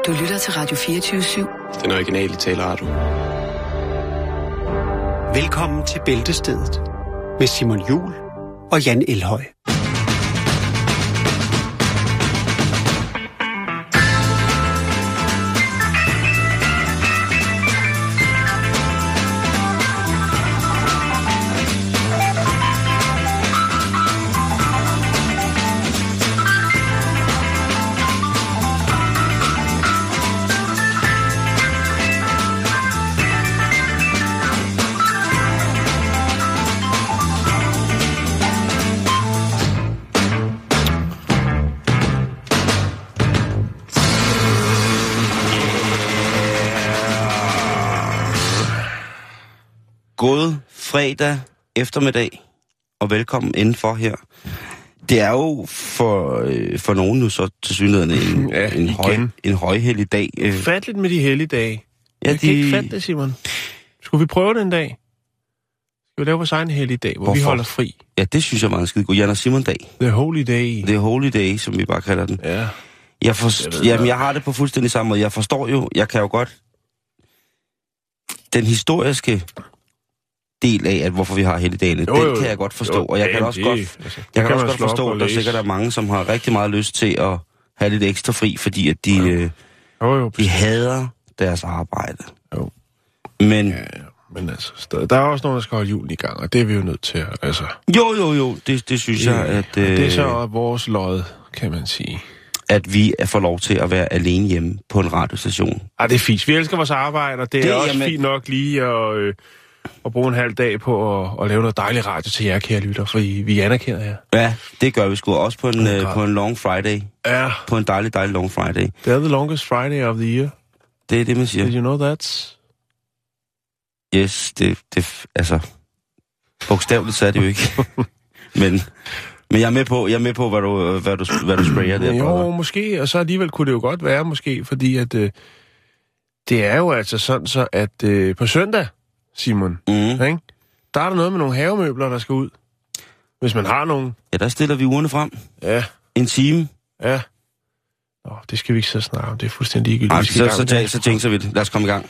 Du lytter til Radio 24/7. Den originale taleradio. Velkommen til Bæltestedet med Simon Juhl og Jan Elhøj. God fredag eftermiddag, og velkommen indenfor her. Det er jo for nogen nu så tilsyneladende en højhellig dag. Fatligt med de helligdage. Ja, jeg kan ikke fatte det, Simon. Skulle vi prøve det en dag? Skal vi lave vores egen helligdag, hvor vi holder fri? Ja, det synes jeg var en skide god. Jan og Simon-dag. The Holy Day. The Holy Day, som vi bare kalder den. Ja. Jeg har det på fuldstændig samme måde. Jeg forstår jo, jeg kan jo godt den historiske del af, at hvorfor vi har helligdagene, den kan jeg godt forstå. Og jeg kan også godt forstå, at der sikkert er mange, som har rigtig meget lyst til at have lidt ekstra fri, fordi at de hader deres arbejde. Jo. Men men altså, der er også nogen, der skal holde julen i gang, og det er vi jo nødt til. Altså. Jo, det synes jeg, at det er så vores lod, kan man sige. At vi får lov til at være alene hjemme på en radiostation. Det er fint. Vi elsker vores arbejde, og det er også fint nok lige at bruge en halv dag på at lave noget dejlig radio til jer, kære lytter, for vi anerkender jer. Ja, det gør vi sgu også på en long Friday. Ja. På en dejlig long Friday. Det er the longest Friday of the year. Det er det, man siger. Did you know that? Yes, det altså, bogstaveligt så er det jo ikke. men jeg er med på, hvad du sprayer der. Jo, måske, og så alligevel kunne det jo godt være, måske, fordi at det er jo altså sådan så, at på søndag, Simon, ikke? Der er der noget med nogle havemøbler, der skal ud. Hvis man har nogen. Ja, der stiller vi ugerne frem. Ja. En time. Ja. Det skal vi ikke så snakke om. Det er fuldstændig ligegyldigt. Så tænker vi det. Lad os komme i gang.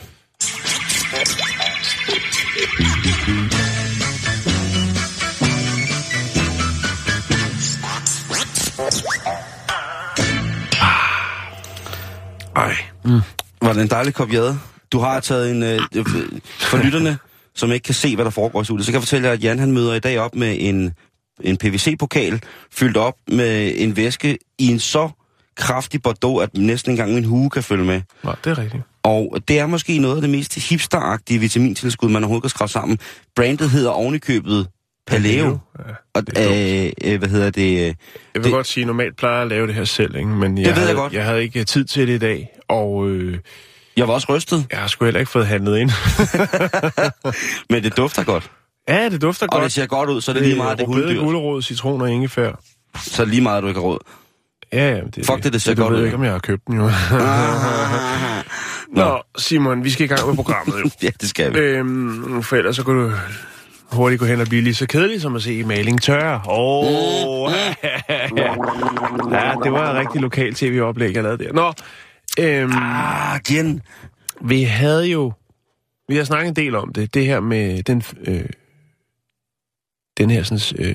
Var det en dejlig kop jade? Du har taget en... for lytterne, som ikke kan se, hvad der foregår i studiet, så kan jeg fortælle jer, at Jan han møder i dag op med en PVC-pokal, fyldt op med en væske i en så kraftig bordeaux, at næsten engang en hue kan følge med. Nej, det er rigtigt. Og det er måske noget af det mest hipsteragtige vitamintilskud, man overhovedet kan skrave sammen. Brandet hedder ovenikøbet Paleo. Ja, og hvad hedder det? Jeg vil godt sige, normalt plejer jeg at lave det her selv, ikke? Men jeg havde ikke tid til det i dag, og... jeg var også rystet. Jeg har sgu heller ikke fået handlet ind. Men det dufter godt. Ja, det dufter godt. Og det ser godt ud, så det er lige meget det huldyr. Gulerod, citron og ingefær. Så lige meget, du ikke har råd. Ja, fuck det ser godt ud. Jeg ved ikke, om jeg har købt den jo. Nå, Simon, vi skal i gang med programmet jo. Ja, det skal vi. For ellers så kan du hurtigt gå hen og blive lige så kedelig som at se maling tørre. Ja, det var et rigtig lokalt tv-oplæg, jeg lavede der. Nå, Jen. Vi har snakket en del om det. Det her med den her sådan...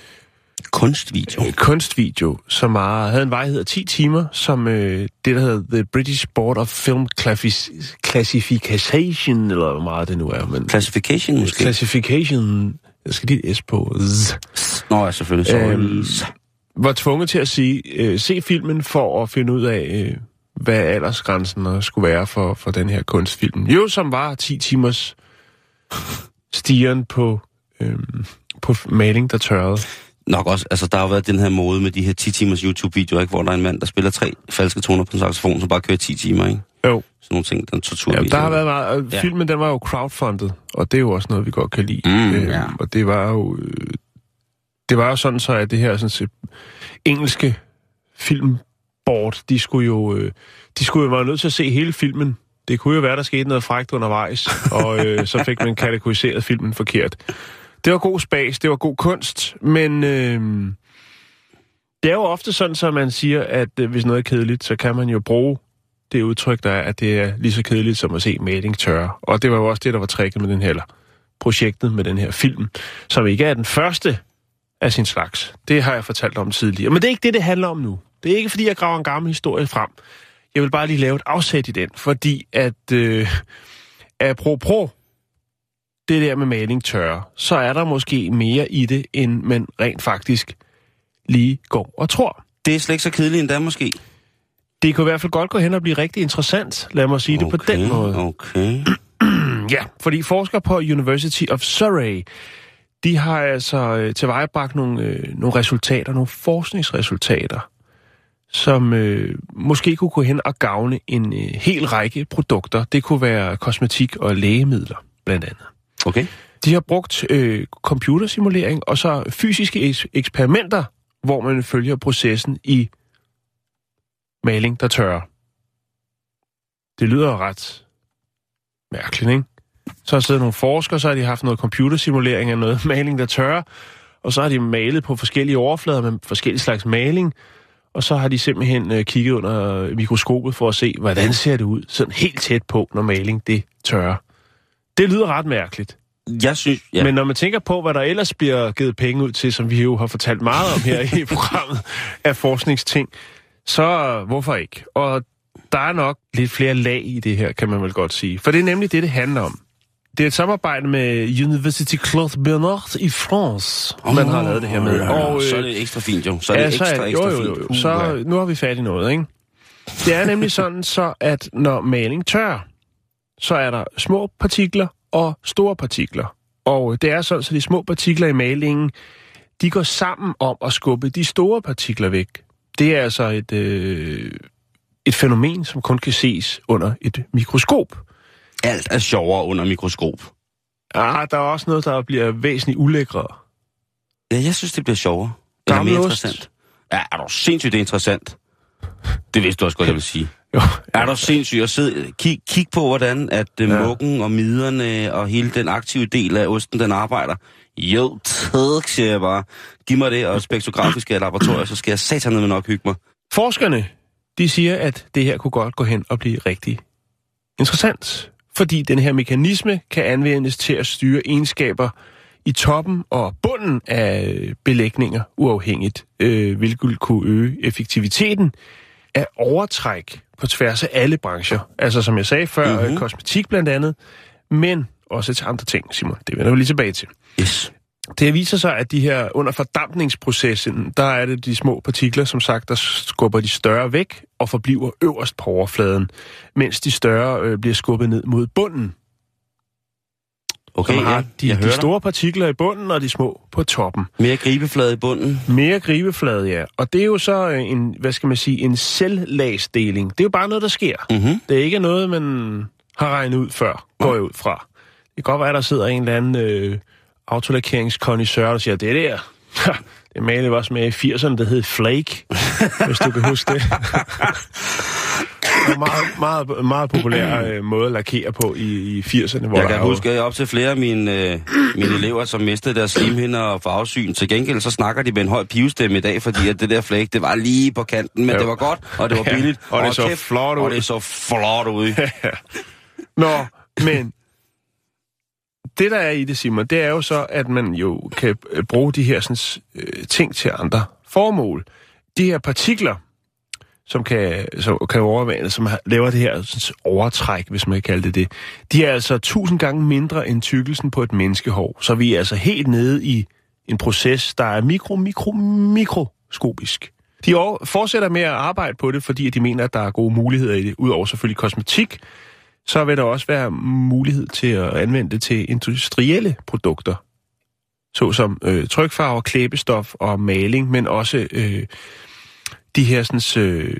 kunstvideo, som havde en varighed af 10 timer, som det, der hedder The British Board of Film Classification, eller hvor meget det nu er. Men Classification, måske? Classification. Jeg skal lige et S på. Nå, ja, selvfølgelig. Var tvunget til at se filmen for at finde ud af, hvad aldersgrænsen skulle være for den her kunstfilm. Jo, som var 10 timers stigen på maling, der tørrede. Nok også, altså der har været den her mode med de her 10 timers YouTube-videoer, ikke, hvor der er en mand, der spiller 3 falske toner på en saxofon, som bare kører 10 timer, ikke? Jo. Sådan nogle ting, den tortur. Ja, der har været meget, filmen, den var jo crowdfundet, og det er jo også noget, vi godt kan lide. Og det var jo sådan så, at det her sådan, engelske filmboard, de skulle jo være nødt til at se hele filmen. Det kunne jo være, der skete noget frækt undervejs, og så fik man kategoriseret filmen forkert. Det var god spas, det var god kunst, men det er jo ofte sådan, så man siger, at hvis noget er kedeligt, så kan man jo bruge det udtryk, der er, at det er lige så kedeligt som at se maling tørre. Og det var jo også det, der var tricket med den her, projektet med den her film, som ikke er den første af sin slags. Det har jeg fortalt om tidligere. Men det er ikke det handler om nu. Det er ikke, fordi jeg graver en gammel historie frem. Jeg vil bare lige lave et afsæt i den, fordi at apropos det der med maling tørre, så er der måske mere i det, end man rent faktisk lige går og tror. Det er slet ikke så kedeligt endda måske. Det kunne i hvert fald godt gå hen og blive rigtig interessant, lad mig sige det på den måde. Okay. Ja, fordi forskere på University of Surrey, de har altså tilvejebragt nogle resultater, nogle forskningsresultater, som måske kunne gå hen og gavne en hel række produkter. Det kunne være kosmetik og lægemidler, blandt andet. Okay. De har brugt computersimulering og så fysiske eksperimenter, hvor man følger processen i maling, der tørrer. Det lyder ret mærkeligt, ikke? Så har siddet nogle forskere, så har de haft noget computersimulering af noget maling, der tørrer, og så har de malet på forskellige overflader med forskellige slags maling, og så har de simpelthen kigget under mikroskopet for at se, hvordan ser det ud, sådan helt tæt på, når maling det tørrer. Det lyder ret mærkeligt. Jeg synes, ja. Men når man tænker på, hvad der ellers bliver givet penge ud til, som vi jo har fortalt meget om her i programmet af forskningsting, så hvorfor ikke? Og der er nok lidt flere lag i det her, kan man vel godt sige. For det er nemlig det handler om. Det er et samarbejde med University Claude Bernard i France, man har lavet det her med. Og, så er det ekstra fint, jo. Så er det ekstra fint. Så nu har vi fat i noget, ikke? Det er nemlig sådan, så at når maling tørrer, så er der små partikler og store partikler. Og det er sådan, så de små partikler i malingen, de går sammen om at skubbe de store partikler væk. Det er altså et fænomen, som kun kan ses under et mikroskop. Alt er sjovere under mikroskop. Der er også noget, der bliver væsentligt ulækrere. Ja, jeg synes, det bliver sjovere. Eller mere interessant. Ja, er du sindssygt, det er interessant? Det vidste du også godt, jeg vil sige. Jo. Er du sindssygt at sidde, kig på, hvordan at muggen og miderne og hele den aktive del af osten, den arbejder. Jo, tak, siger jeg bare. Giv mig det, og spektrografiske laboratorier, så skal jeg satanede med nok hygge mig. Forskerne, de siger, at det her kunne godt gå hen og blive rigtig interessant. Fordi den her mekanisme kan anvendes til at styre egenskaber i toppen og bunden af belægninger uafhængigt, hvilket kunne øge effektiviteten af overtræk på tværs af alle brancher. Altså som jeg sagde før, kosmetik blandt andet, men også til andre ting, Simon. Det vender vi lige tilbage til. Yes. Det viser sig, at de her under fordampningsprocessen, der er det de små partikler, som sagt, der skubber de større væk og forbliver øverst på overfladen, mens de større bliver skubbet ned mod bunden. Okay, så man har de store partikler i bunden og de små på toppen. Mere gribeflade i bunden. Mere gribeflade, ja. Og det er jo så en selvlagsdeling. Det er jo bare noget, der sker. Mm-hmm. Det er ikke noget, man har regnet ud før, går jeg ud fra. Det kan godt være, der sidder en eller anden autolakeringskondisør, der siger, det der, det malede også med i 80'erne, der hed Flake, hvis du kan huske det. Det var meget, meget populær måde at lakere på i 80'erne. Hvor jeg kan huske, at jeg op til flere af mine elever, som mistede deres slimhinder og farvesyn. Til gengæld så snakker de med en høj pivestemme i dag, fordi at det der Flake, det var lige på kanten, men det var godt, og det var billigt. Og det så flot ud. Og det så flot ud. Nå, men det, der er i det, Simon, det er jo så, at man jo kan bruge de her sådan, ting til andre formål. De her partikler, som kan overvande, som laver det her sådan, overtræk, hvis man kan kalde det, de er altså 1000 gange mindre end tykkelsen på et menneskehår. Så vi er altså helt nede i en proces, der er mikroskopisk. De fortsætter med at arbejde på det, fordi de mener, at der er gode muligheder i det, udover selvfølgelig kosmetik. Så vil der også være mulighed til at anvende det til industrielle produkter, såsom trykfarver, klæbestof og maling, men også de her sådan,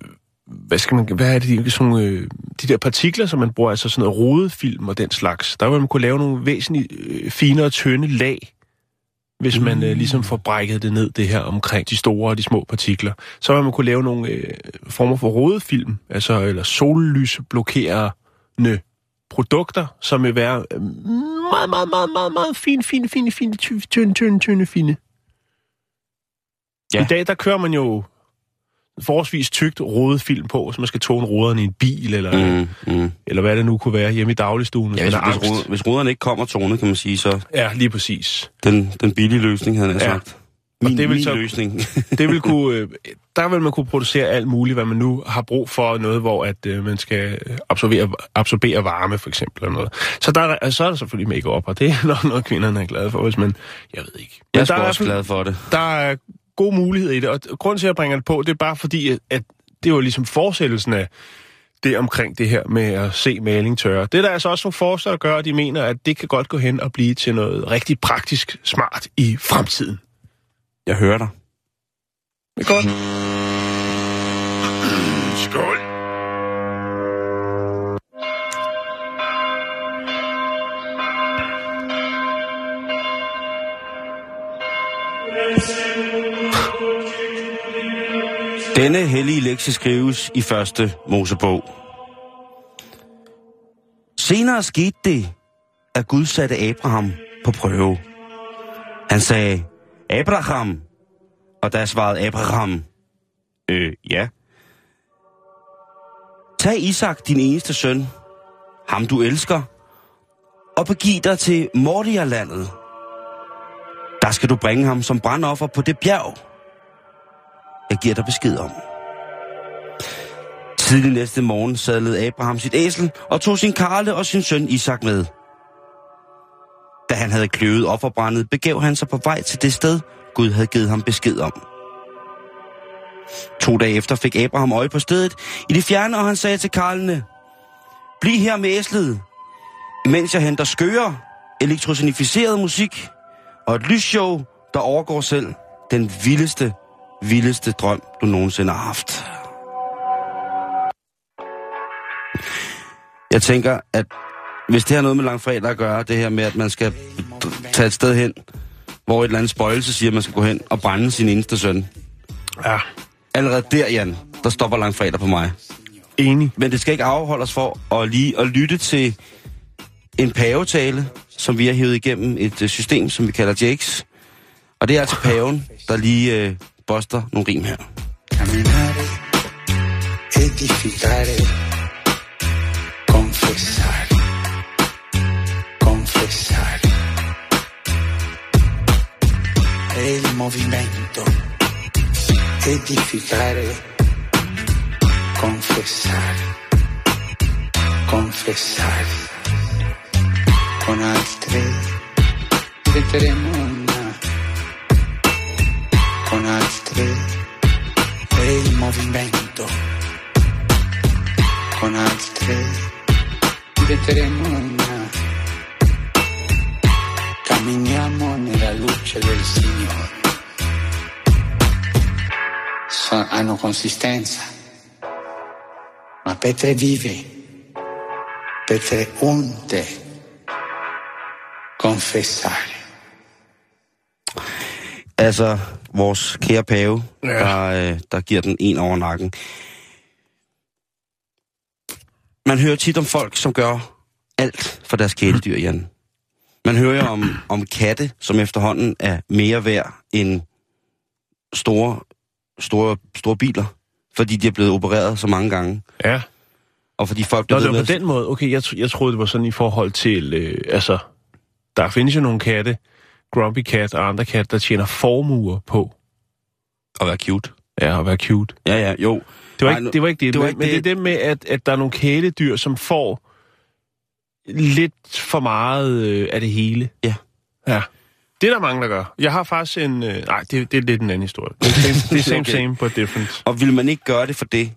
de der partikler, som man bruger, altså sådan noget rodefilm og den slags. Der vil man kunne lave nogle væsentligt finere, tynde lag, hvis man ligesom får brækket det ned, det her omkring de store og de små partikler. Så vil man kunne lave nogle former for rodefilm, altså eller sollysblokerende produkter, som vil være meget fine, tynde. Ja. I dag, der kører man jo forholdsvis tykt rodet film på, så man skal tone ruderne i en bil, eller hvad det nu kunne være hjemme i dagligstuen. Ja, hvis ruderne ikke kommer tonet, kan man sige, så... Ja, lige præcis. Den billige løsning, havde jeg sagt. Min løsning. Det vil kunne, der vil man kunne producere alt muligt, hvad man nu har brug for, noget, hvor at man skal absorbere varme, for eksempel, eller noget. Så er der selvfølgelig make-up, og det er nok noget, kvinderne er glade for, hvis man... Jeg ved ikke. Jeg er også glad for det. Der er god mulighed i det, og grunden til, at jeg bringer det på, det er bare fordi, at det var ligesom fortsættelsen af det omkring det her med at se maling tørre. Det er der altså også nogle forskere, der gør, og de mener, at det kan godt gå hen og blive til noget rigtig praktisk smart i fremtiden. Jeg hører dig. Det er godt. Skål. Denne hellige lektie skrives i første Mosebog. Senere skete det, at Gud satte Abraham på prøve. Han sagde, Abraham, og der svarede Abraham, ja. Tag Isak, din eneste søn, ham du elsker, og begiv dig til Moria-landet. Der skal du bringe ham som brandoffer på det bjerg, jeg giver dig besked om. Tidlig næste morgen sadlede Abraham sit æsel og tog sin karle og sin søn Isak med. Da han havde kløvet offerbrændet, begav han sig på vej til det sted, Gud havde givet ham besked om. 2 dage efter fik Abraham øje på stedet i det fjerne, og han sagde til karlene, bliv her med æslet, mens jeg henter skøre, elektronificeret musik og et lysshow, der overgår selv den vildeste drøm, du nogensinde har haft. Jeg tænker, at hvis det har noget med langfredag at gøre, det her med, at man skal tage et sted hen, hvor et eller andet spøjelse siger, at man skal gå hen og brænde sin eneste søn. Ja. Allerede der, Jan, der stopper langfredag på mig. Enig. Men det skal ikke afholde os for at lytte til en pavetale, som vi har hævet igennem et system, som vi kalder Jakes. Og det er altså paven, der lige boster nogle rim her. Camminare, edificare, confessare, confessare. È il movimento, edificare, confessare, confessare. Con altre diventeremo una, con altre è il movimento, con altre diventeremo una, camminiamo nella luce del Signore. Hanno consistenza, ma Petre vive, Petre unte, confessare. Altså, vores kære pave, der giver den en over nakken. Man hører tit om folk, som gør alt for deres kæledyr, Jan. Man hører om katte, som efterhånden er mere værd end store biler, fordi de er blevet opereret så mange gange. Ja. Og fordi folk... Nå, det var på den måde. Okay, jeg troede, det var sådan i forhold til... der findes jo nogle katte, Grumpy Cat og andre katte, der tjener formuer på. At være cute. Ja, at være cute. Ja, jo. Det var ikke det. Men det er det med, at der er nogle kæledyr, som får lidt for meget af det hele. Ja. Ja. Det er der mange, der gør. Jeg har faktisk en... nej, det er lidt en anden historie. Det er same, but different. Og vil man ikke gøre det for det?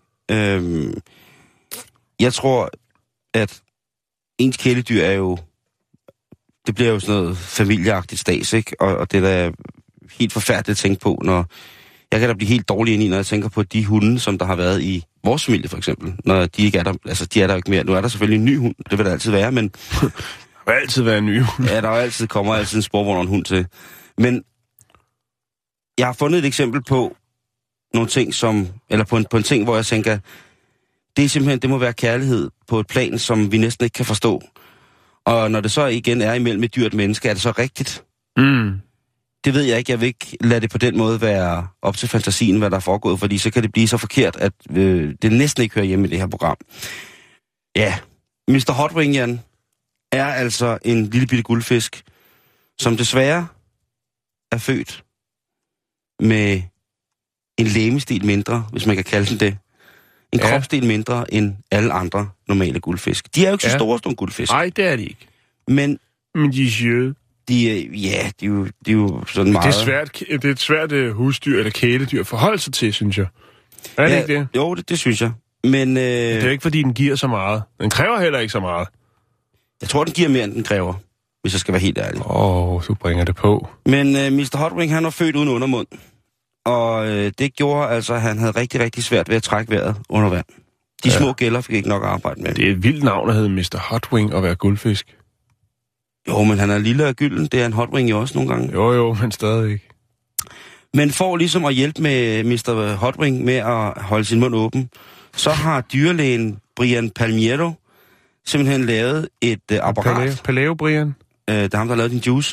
Jeg tror, at ens kæledyr er jo... Det bliver jo sådan noget familieagtigt stas, ikke? Og det er da helt forfærdeligt at tænke på, når... Jeg kan da blive helt dårlig ind i, når jeg tænker på de hunde, som der har været i vores familie, for eksempel. Når de ikke er der... Altså, de er der ikke mere. Nu er der selvfølgelig en ny hund. Det vil der altid være, men... Der vil altid være en ny hund. Ja, der kommer altid en sporvogn og en hund til. Men jeg har fundet et eksempel på nogle ting, som... Eller på en ting, hvor jeg tænker... Det er simpelthen... Det må være kærlighed på et plan, som vi næsten ikke kan forstå. Og når det så igen er imellem et dyrt menneske, er det så rigtigt? Mm. Det ved jeg ikke. Jeg vil ikke lade det på den måde være op til fantasien, hvad der er foregået, fordi så kan det blive så forkert, at det næsten ikke hører hjemme i det her program. Ja, Mr. Hotwing, Jan, er altså en lille bitte guldfisk, som desværre er født med en legemsdel mindre, hvis man kan kalde den det. En kropsdel mindre end alle andre normale guldfisk. De er jo ikke så store som guldfisk. Nej, det er de ikke. Men de er søde. De er jo sådan meget... Det er et svært husdyr eller kæledyr at forholde sig til, synes jeg. Er det ikke det? Jo, det synes jeg. Men... det er jo ikke, fordi den giver så meget. Den kræver heller ikke så meget. Jeg tror, den giver mere, end den kræver, hvis jeg skal være helt ærlig. Du bringer det på. Men Mr. Hotwing, han var født uden undermund. Og det gjorde altså, at han havde rigtig, rigtig svært ved at trække vejret under vand. De små gælder fik ikke nok at arbejde med. Det er et vildt navn, at hedde Mr. Hotwing og være guldfisk. Jo, men han er lille og gylden. Det er en Hotwing jo også nogle gange. Jo, men stadig ikke. Men for ligesom at hjælpe med Mr. Hotwing med at holde sin mund åben, så har dyrlægen Brian Palmiero simpelthen lavet et apparat. Paleo, Brian? Det er ham, der har lavet din juice.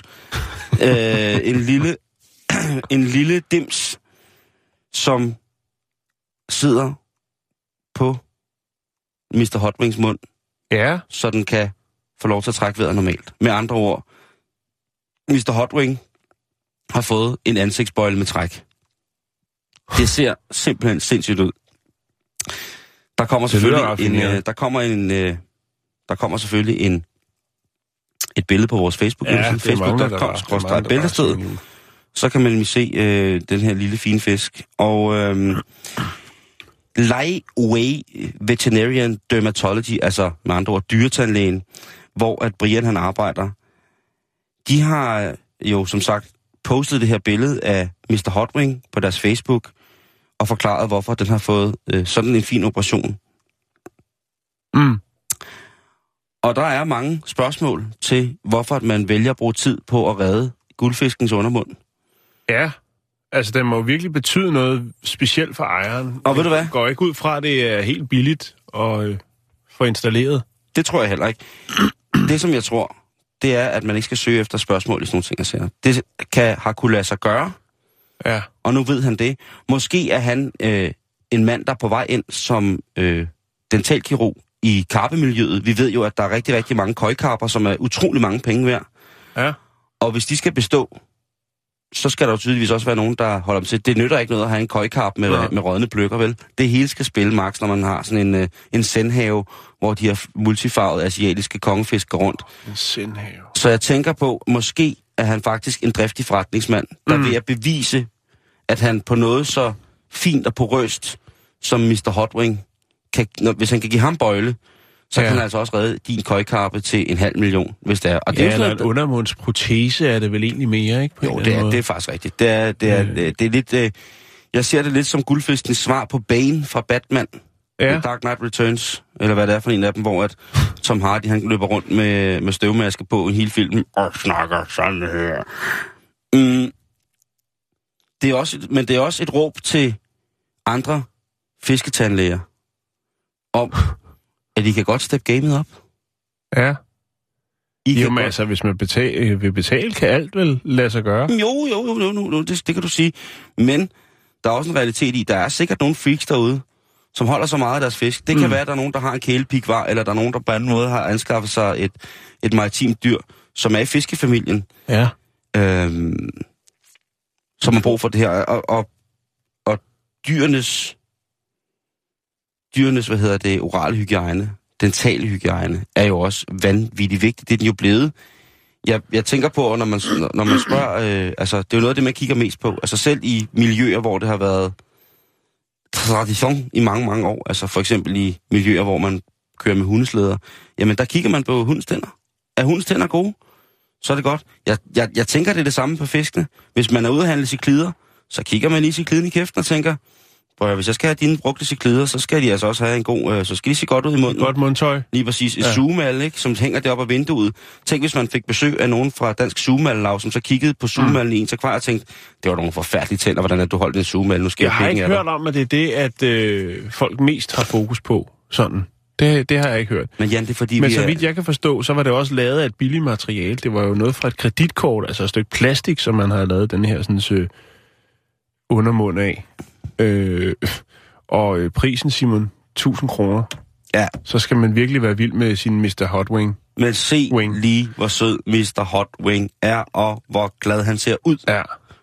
En lille dims, som sidder på Mr. Hotwings mund, så den kan få lov til at trække vejret normalt. Med andre ord, Mr. Hotwing har fået en ansigtsbøjle med træk. Det ser simpelthen sindssygt ud. Der kommer selvfølgelig et billede på vores Facebook-hjemmeside, facebook.com/bæltestedet. Så kan man nemlig se den her lille fine fisk. Og Lyway Veterinarian Dermatology, altså med andre ord dyretandlægen, hvor at Brian han arbejder, de har jo som sagt postet det her billede af Mr. Hotwing på deres Facebook og forklaret, hvorfor den har fået sådan en fin operation. Og der er mange spørgsmål til, hvorfor man vælger at bruge tid på at redde guldfiskens undermund. Ja, altså den må virkelig betyde noget specielt for ejeren. Og ved du hvad? Går ikke ud fra, at det er helt billigt at få installeret. Det tror jeg heller ikke. Det, som jeg tror, det er, at man ikke skal søge efter spørgsmål i sådan nogle ting, jeg siger. Det har kunne lade sig gøre, og nu ved han det. Måske er han en mand, der er på vej ind som dentalkirurg i karpemiljøet. Vi ved jo, at der er rigtig, rigtig mange køjkarper, som er utrolig mange penge værd. Ja. Og hvis de skal bestå, så skal der jo tydeligvis også være nogen, der holder dem til. Det nytter ikke noget at have en køjkarp med rådne pløkker, vel? Det hele skal spille, Max, når man har sådan en sendhave, hvor de her multifarvede asiatiske kongefisk går rundt. En sendhave. Så jeg tænker på, måske er han faktisk en driftig forretningsmand, der vil at bevise, at han på noget så fint og porøst som Mr. Hotwing, hvis han kan give ham bøjle, så kan han altså også redde din køjkarpe til 500.000, hvis det er. Og det er eller en undermundsprotese er det vel egentlig mere, ikke? Jo, det er faktisk rigtigt. Det er lidt... jeg ser det lidt som guldfiskens svar på Bane fra Batman. Ja. Dark Knight Returns, eller hvad det er for en af dem, hvor at Tom Hardy, han løber rundt med støvmaske på en hel film og snakker sådan her. Men det er også et råb til andre fisketandlæger om, at de kan godt steppe gamet op. Ja. Jo, altså, hvis man vil betale, kan alt vel lade sig gøre? Jo, det kan du sige. Men der er også en realitet i, der er sikkert nogle freaks derude, som holder så meget af deres fisk. Det kan være, at der er nogen, der har en kælepigvar, eller der er nogen, der på anden måde har anskaffet sig et maritimt dyr, som er i fiskefamilien. Ja. Som har brug for det her. Og dyrenes orale hygiejne, dentale hygiejne, er jo også vanvittigt vigtigt. Det er den jo blevet. Jeg tænker på, når man spørger, altså det er jo noget af det, man kigger mest på. Altså selv i miljøer, hvor det har været tradition i mange, mange år, altså for eksempel i miljøer, hvor man kører med hundeslæder, jamen der kigger man på hundens tænder. Er hundens tænder gode? Så er det godt. Jeg tænker, det er det samme på fiskene. Hvis man er ude at handle ciklider, så kigger man lige cikliden i kæften og tænker, hvis jeg skal have dine brugte ciklider, så skal de altså også have en god, så skal de se godt ud i munden. Godt mundtøj. Lige præcis. Et zoomal, ikke, som hænger deroppe af vinduet. Tænk, hvis man fik besøg af nogen fra Dansk Zoomal-lav, som så kiggede på zoomallen i ens akvarium og tænkte, det var nogle forfærdelige tænder, hvordan er du holdt en zoomal, nu skal jeg har ikke hørt om, at det er det, at folk mest har fokus på, sådan. Det har jeg ikke hørt. Men Jan, det er fordi, men så vidt jeg kan forstå, så var det også lavet af et billigt materiale. Det var jo noget fra et kreditkort, altså et stykke plastik, som man havde lavet den her sådan undermund af. Og prisen, Simon, 1000 kroner. Ja. Så skal man virkelig være vild med sin Mr. Hot Wing. Men se lige, hvor sød Mr. Hot Wing er, og hvor glad han ser ud. Ja.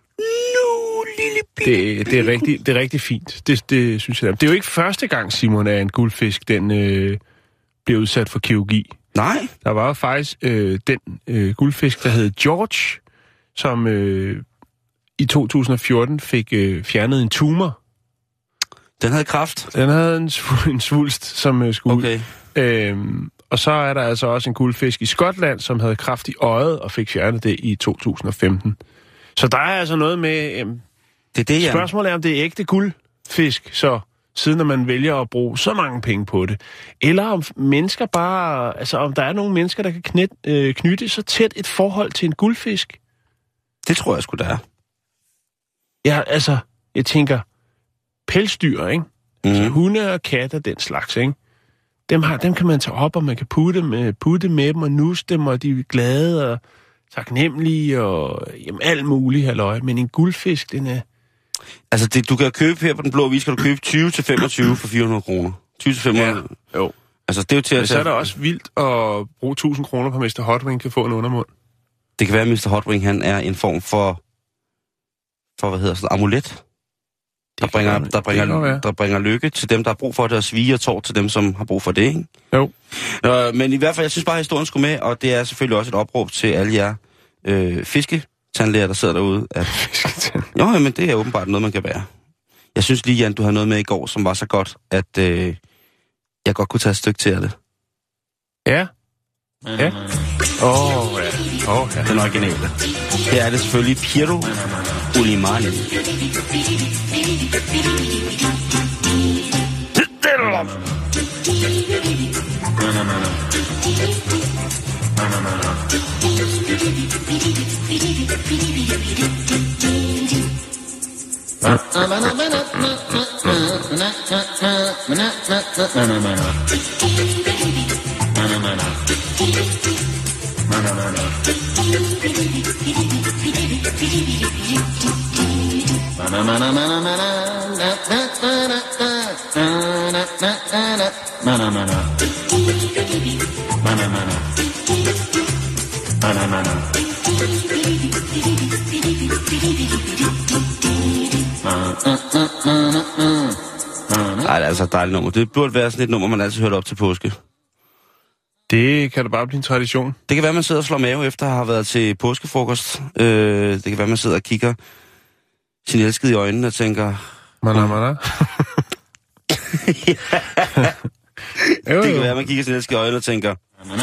Det er rigtig fint. Det synes jeg. Det er jo ikke første gang, Simon, at en guldfisk, den bliver udsat for kirurgi. Nej. Der var jo faktisk den guldfisk, der hed George, som i 2014 fik fjernet en tumor. Den havde kræft? Den havde en svulst, som skulle okay. Og så er der altså også en guldfisk i Skotland, som havde kræft i øjet og fik fjernet det i 2015. Så der er altså noget med... det, spørgsmålet er, om det er ægte guldfisk, så siden at man vælger at bruge så mange penge på det. Eller om mennesker bare... Altså, om der er nogle mennesker, der kan knytte så tæt et forhold til en guldfisk. Det tror jeg sgu, der er. Ja, altså, jeg tænker... Pelsdyr, ikke? Altså, hunde og katte og den slags, ikke? Dem kan man tage op, og man kan putte med dem og nusse dem, og de er glade og taknemmelige og alt muligt halløj. Men en guldfisk, den er... Altså, du kan købe her på Den Blå Avis, kan du købe 20-25 for 400 kroner. 20-500. Ja, jo. Altså, det er jo til at... Så er det også vildt at bruge 1000 kroner på Mr. Hot Wing, kan få en undermund. Det kan være, at Mr. Hot Wing, han er en form for hvad hedder sådan, amulet. Der bringer lykke til dem, der har brug for det, og svige og tår til dem, som har brug for det, ikke? Jo. Men i hvert fald, jeg synes bare, at historien skulle med, og det er selvfølgelig også et opråb til alle jer fisketandlæger, der sidder derude. Jo, men det er åbenbart noget, man kan være. Jeg synes lige, Jan, du havde noget med i går, som var så godt, at jeg godt kunne tage et stykke til det. Ja. Ja. Ja. Den originale. Her er det selvfølgelig Piero Ulimani. Ej, det er altså et dejligt nummer. Det burde være sådan et nummer, man altid hørte op til påske. Det kan da bare blive en tradition. Det kan være, man sidder og slår mave efter at have været til påskefrokost. Det kan være, man sidder og kigger sin elskede i øjnene og tænker... Mana. Det kan være, man kigger sin elskede i øjnene og tænker...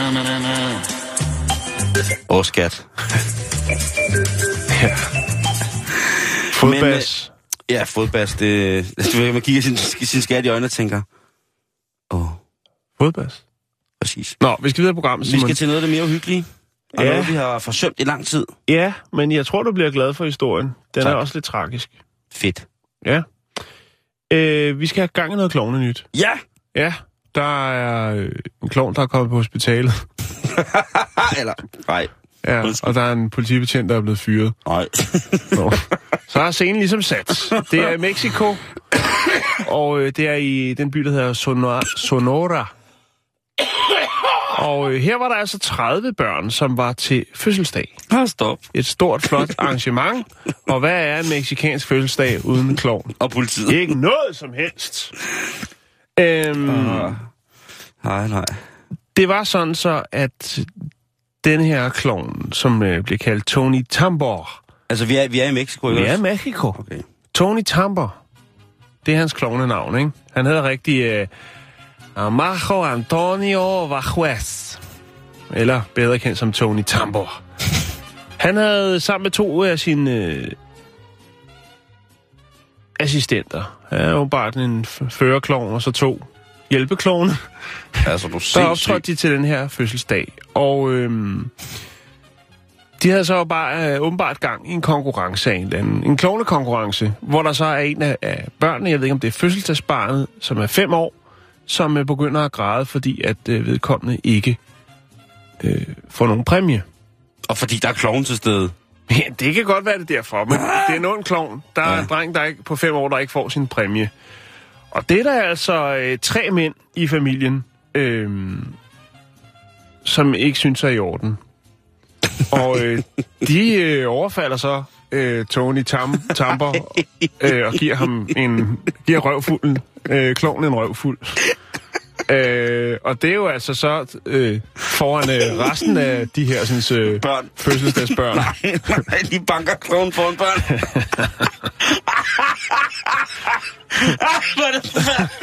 skat. Ja. Fodbas. Ja, fodbas. Man kigger sin skat i øjnene og tænker... Fodbas. Præcis. Nå, vi skal videre i programmet, Simon. Vi skal til noget af det mere uhyggelige. Og noget, vi har forsømt i lang tid. Ja, men jeg tror, du bliver glad for historien. Den er også lidt tragisk. Fedt. Ja. Vi skal have gang i noget klovnenyt. Ja! Ja, der er en klovn, der er kommet på hospitalet. Nej. Ja, og der er en politibetjent, der er blevet fyret. Nej. Så er scenen ligesom sat. Det er i Mexico, og det er i den by, der hedder Sonora. Og her var der altså 30 børn, som var til fødselsdag. Stop. Et stort, flot arrangement. Og hvad er en mexikansk fødselsdag uden klovn? Og politiet. Ikke noget som helst. Nej. Det var sådan så, at den her klovn, som bliver kaldt Tony Tambor. Altså, vi er i Mexico, ikke? Vi er i Mexico. Okay. Tony Tambor. Det er hans klovnenavn, ikke? Han hedder rigtig... Marco Antonio Vajuez. Eller bedre kendt som Tony Tambor. Han havde sammen med 2 af sine assistenter. Han er jo bare en førerklovn, og så 2 hjælpeklovne. Altså, du der optrådte de til den her fødselsdag. Og de havde så bare åbenbart gang i en konkurrence af en klovnekonkurrence, hvor der så er en af børnene, jeg ved ikke om det er fødselsdagsbarnet, som er 5 år, som begynder at græde, fordi at vedkommende ikke får nogen præmie. Og fordi der er klovn til stede. Ja, det kan godt være det derfor, men det er en ond klovn. Der er en dreng, der ikke, på 5 år, der ikke får sin præmie. Og det er der altså 3 mænd i familien, som ikke synes er i orden. Og de overfalder så Tony Tamper og giver ham røvfulden, klovnen en røvfuld. Og det er jo altså så foran resten af de her sådan, børn. Fødselsdagsbørn. Nej, de banker klovnen foran børn. Hvor er det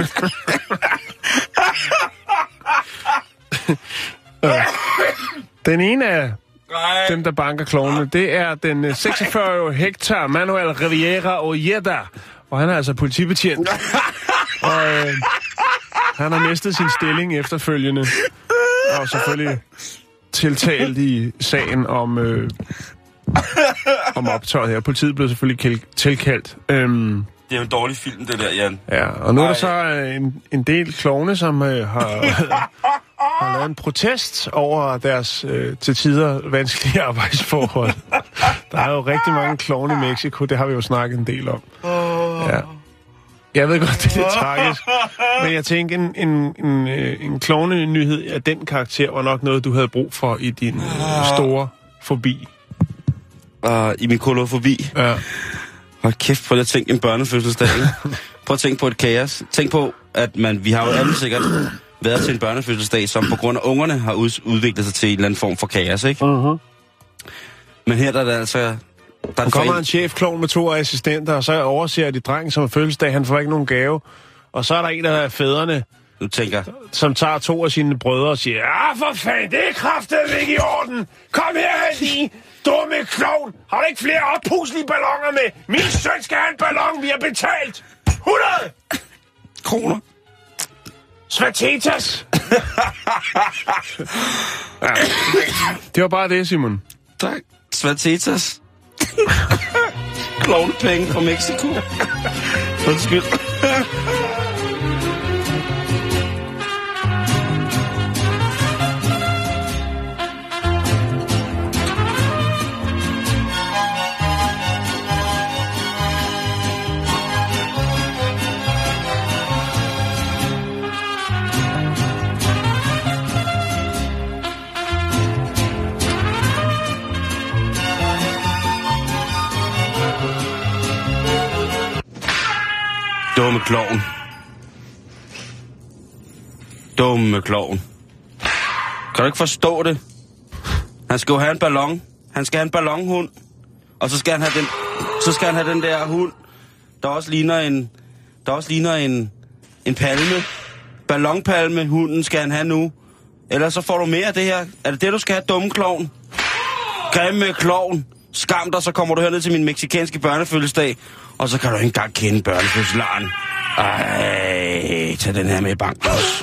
Den ene af dem, der banker klovnene, det er den 46-årige Hector Manuel Riviera Ojeda. Og han er altså politibetjent. Og han har mistet sin stilling efterfølgende. Og selvfølgelig tiltalt i sagen om optøjet her. Politiet blev selvfølgelig tilkaldt. Det er jo en dårlig film, det der, Jan. Ja, og nu er der så en del klovne, som har lavet en protest over deres til tider vanskelige arbejdsforhold. Der er jo rigtig mange klovne i Mexico, det har vi jo snakket en del om. Ja. Jeg ved godt, det er lidt tragisk, men jeg tænker, en klovne-nyhed af den karakter var nok noget, du havde brug for i din store fobi. I min kolofobi? Ja. Hold kæft, prøv at tænke en børnefødselsdag. Prøv at tænke på et kaos. Tænk på, at vi har jo alle sikkert været til en børnefødselsdag, som på grund af ungerne har udviklet sig til en eller anden form for kaos, ikke? Uh-huh. Men her der er det altså... Der kommer en chefklovn med 2 assistenter, og så overser de drengen som fødselsdag, han får ikke nogen gave. Og så er der en af fædrene, som tager 2 af sine brødre og siger, for fanden, det er kraftedeme ikke i orden. Kom her, lige dumme klovn. Har du ikke flere oppuslige balloner med? Min søn skal have en ballon, vi har betalt 100 kroner. Svartetas. Ja. Det var bare det, Simon. Tak. Svartetas. Klovnepenge fra Mexico. Undskyld. Dumme klovn. Dumme klovn. Kan du ikke forstå det? Han skal jo have en ballon. Han skal have en ballonhund. Og så skal han have den der hund, der også ligner en palme. Ballonpalme, hunden skal han have nu. Ellers så får du mere af det her. Er det det, du skal have, dumme klovn? Grimme klovn. Skam dig, så kommer du herned til min mexikanske børnefødselsdag. Og så kan du ikke engang kende børnefødselaren. Ej, tag den her med i banken også.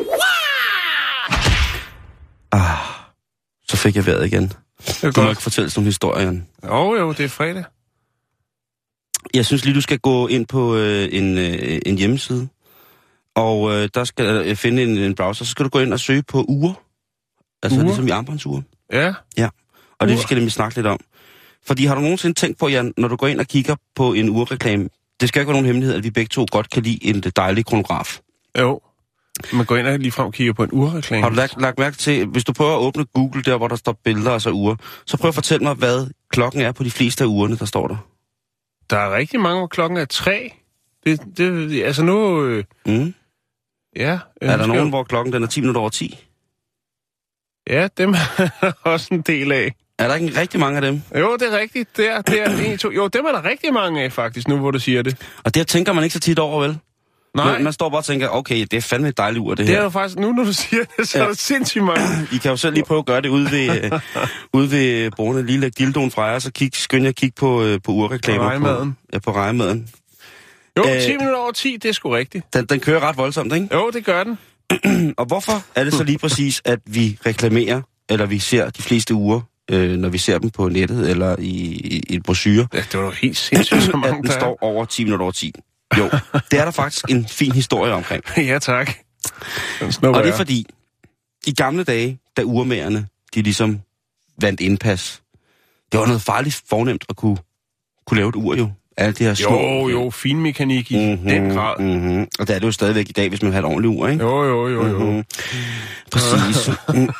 Så fik jeg vejret igen. Du må ikke fortælle sådan nogle historier. Jo, det er fredag. Jeg synes lige, du skal gå ind på en hjemmeside. Og der skal jeg finde en browser. Så skal du gå ind og søge på uger. Altså ligesom i armbåndsure. Ja. Ja, og det skal vi snakke lidt om. Fordi har du nogensinde tænkt på, Jan, når du går ind og kigger på en urreklame, det skal ikke være nogen hemmelighed, at vi begge to godt kan lide en dejlig kronograf. Jo, man går ind og ligefrem og kigger på en urreklame. Har du lagt mærke til, hvis du prøver at åbne Google, der hvor der står billeder og så ure, så prøv at fortælle mig, hvad klokken er på de fleste af urene, der står der. Der er rigtig mange, hvor klokken er 3. Det altså nu... Ja. Er der nogen, hvor klokken den er 10 minutter over 10? Ja, dem er også en del af. Er der ikke rigtig mange af dem? Jo, det er rigtigt. Det er 1, 2. Jo, dem er der rigtig mange af, faktisk, nu hvor du siger det. Og det tænker man ikke så tit over, vel? Nej. Man står bare og tænker, okay, det er fandme et dejligt ur, det her. Det er jo faktisk, nu når du siger det, så er der sindssygt mange. I kan jo selv lige prøve at gøre det ude ved brugerne. Lige lægge dildoen fra jer, og så skynd jer at kigge på urreklamer. På rejemaden. På rejemaden. Jo, 10 minutter over 10, det er sgu rigtigt. Den kører ret voldsomt, ikke? Jo, det gør den. Og hvorfor er det så lige præcis, at vi reklamerer, eller vi ser de fleste uger, når vi ser dem på nettet eller i en brochure? Ja, det var jo helt sindssygt, så mange den står over 10 minutter over 10. Jo, det er der faktisk en fin historie omkring. Ja, tak. Og det er fordi, i gamle dage, da urmagerne, de ligesom vandt indpas, det var noget farligt fornemt at kunne lave et ur jo. Alle de her små... Jo, finmekanik i den grad. Mm-hmm. Og det er det jo stadigvæk i dag, hvis man har et ordentligt ur, ikke? Jo. Mm-hmm. Præcis.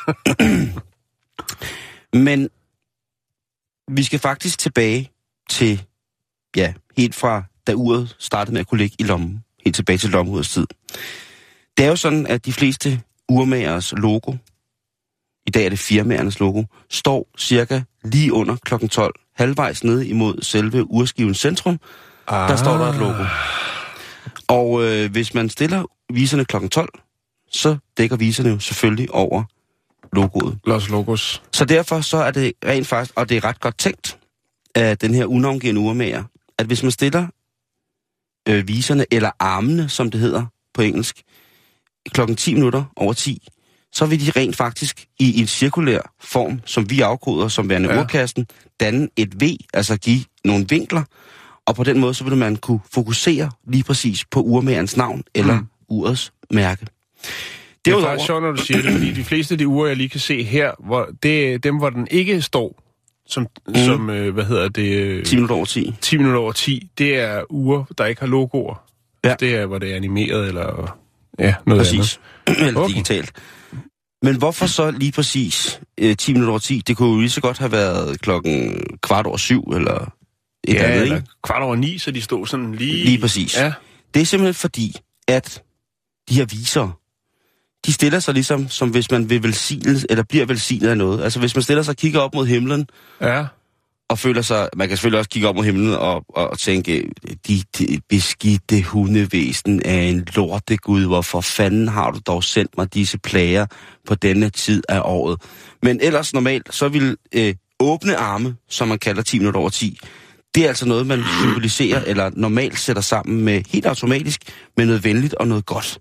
Men vi skal faktisk tilbage til, ja, helt fra da uret startede med at kunne ligge i lommen. Helt tilbage til lommeurets tid. Det er jo sådan, at de fleste urmagers logo, i dag er det firmaernes logo, står cirka lige under klokken 12, halvvejs nede imod selve urskivens centrum. Der står der et logo. Og hvis man stiller viserne klokken 12, så dækker viserne jo selvfølgelig over logoet. Los Logos. Så derfor så er det rent faktisk, og det er ret godt tænkt, af den her unavngivende urmager, at hvis man stiller viserne, eller armene, som det hedder på engelsk, klokken 10 minutter over 10, så vil de rent faktisk i en cirkulær form, som vi afkoder som værende urkassen, danne et V, altså give nogle vinkler, og på den måde så vil man kunne fokusere lige præcis på urmagerens navn eller urets mærke. Det er faktisk sjovt, når du siger det, fordi de fleste af de ure, jeg lige kan se her, det er dem, hvor den ikke står, som 10 minutter over 10. 10 minutter over 10, det er ure, der ikke har logoer. Ja. Det er, hvor det er animeret, eller noget præcis. Andet. Eller digitalt. Men hvorfor så lige præcis 10 minutter over 10? Det kunne jo lige så godt have været klokken 7:15, eller et andet, eller ikke? 8:15, så de stod sådan lige... Lige præcis. Ja. Det er simpelthen fordi, at de her visere, de stiller sig ligesom, som hvis man vil velsignes, eller bliver velsignet af noget. Altså hvis man stiller sig og kigger op mod himlen, og føler sig... Man kan selvfølgelig også kigge op mod himlen og tænke, de beskidte hundevæsen af en lortegud, hvorfor fanden har du dog sendt mig disse plager på denne tid af året? Men ellers normalt, så vil åbne arme, som man kalder 10 minutter over 10, det er altså noget, man symboliserer, eller normalt sætter sammen med, helt automatisk, med noget venligt og noget godt.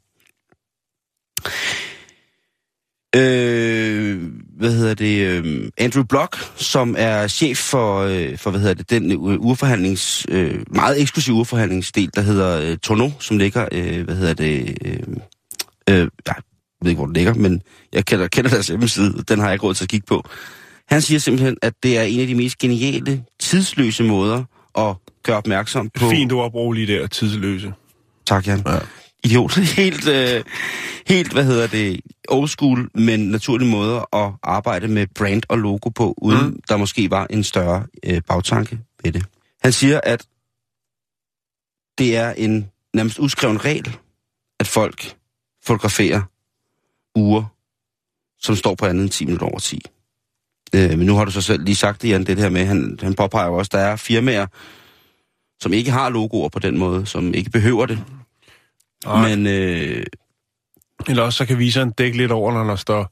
Andrew Block, som er chef for den meget eksklusive urforhandlingsdel, der hedder Tourneau, som ligger, jeg ved ikke, hvor den ligger, men jeg kender deres hjemmeside, den har jeg ikke råd til at kigge på. Han siger simpelthen, at det er en af de mest geniale, tidsløse måder at gøre opmærksom på... Fint ord at bruge lige der, tidsløse. Tak, Jan. Ja. Idiot. Helt, old school, men naturlig måde at arbejde med brand og logo på, uden der måske var en større bagtanke ved det. Han siger, at det er en nærmest udskreven regel, at folk fotograferer ure, som står på andet end 10 minutter over 10. Men nu har du så selv lige sagt det, Jan, det her med, han påpeger jo også, der er firmaer, som ikke har logoer på den måde, som ikke behøver det. Men... Eller også så kan viseren dække lidt over, når der står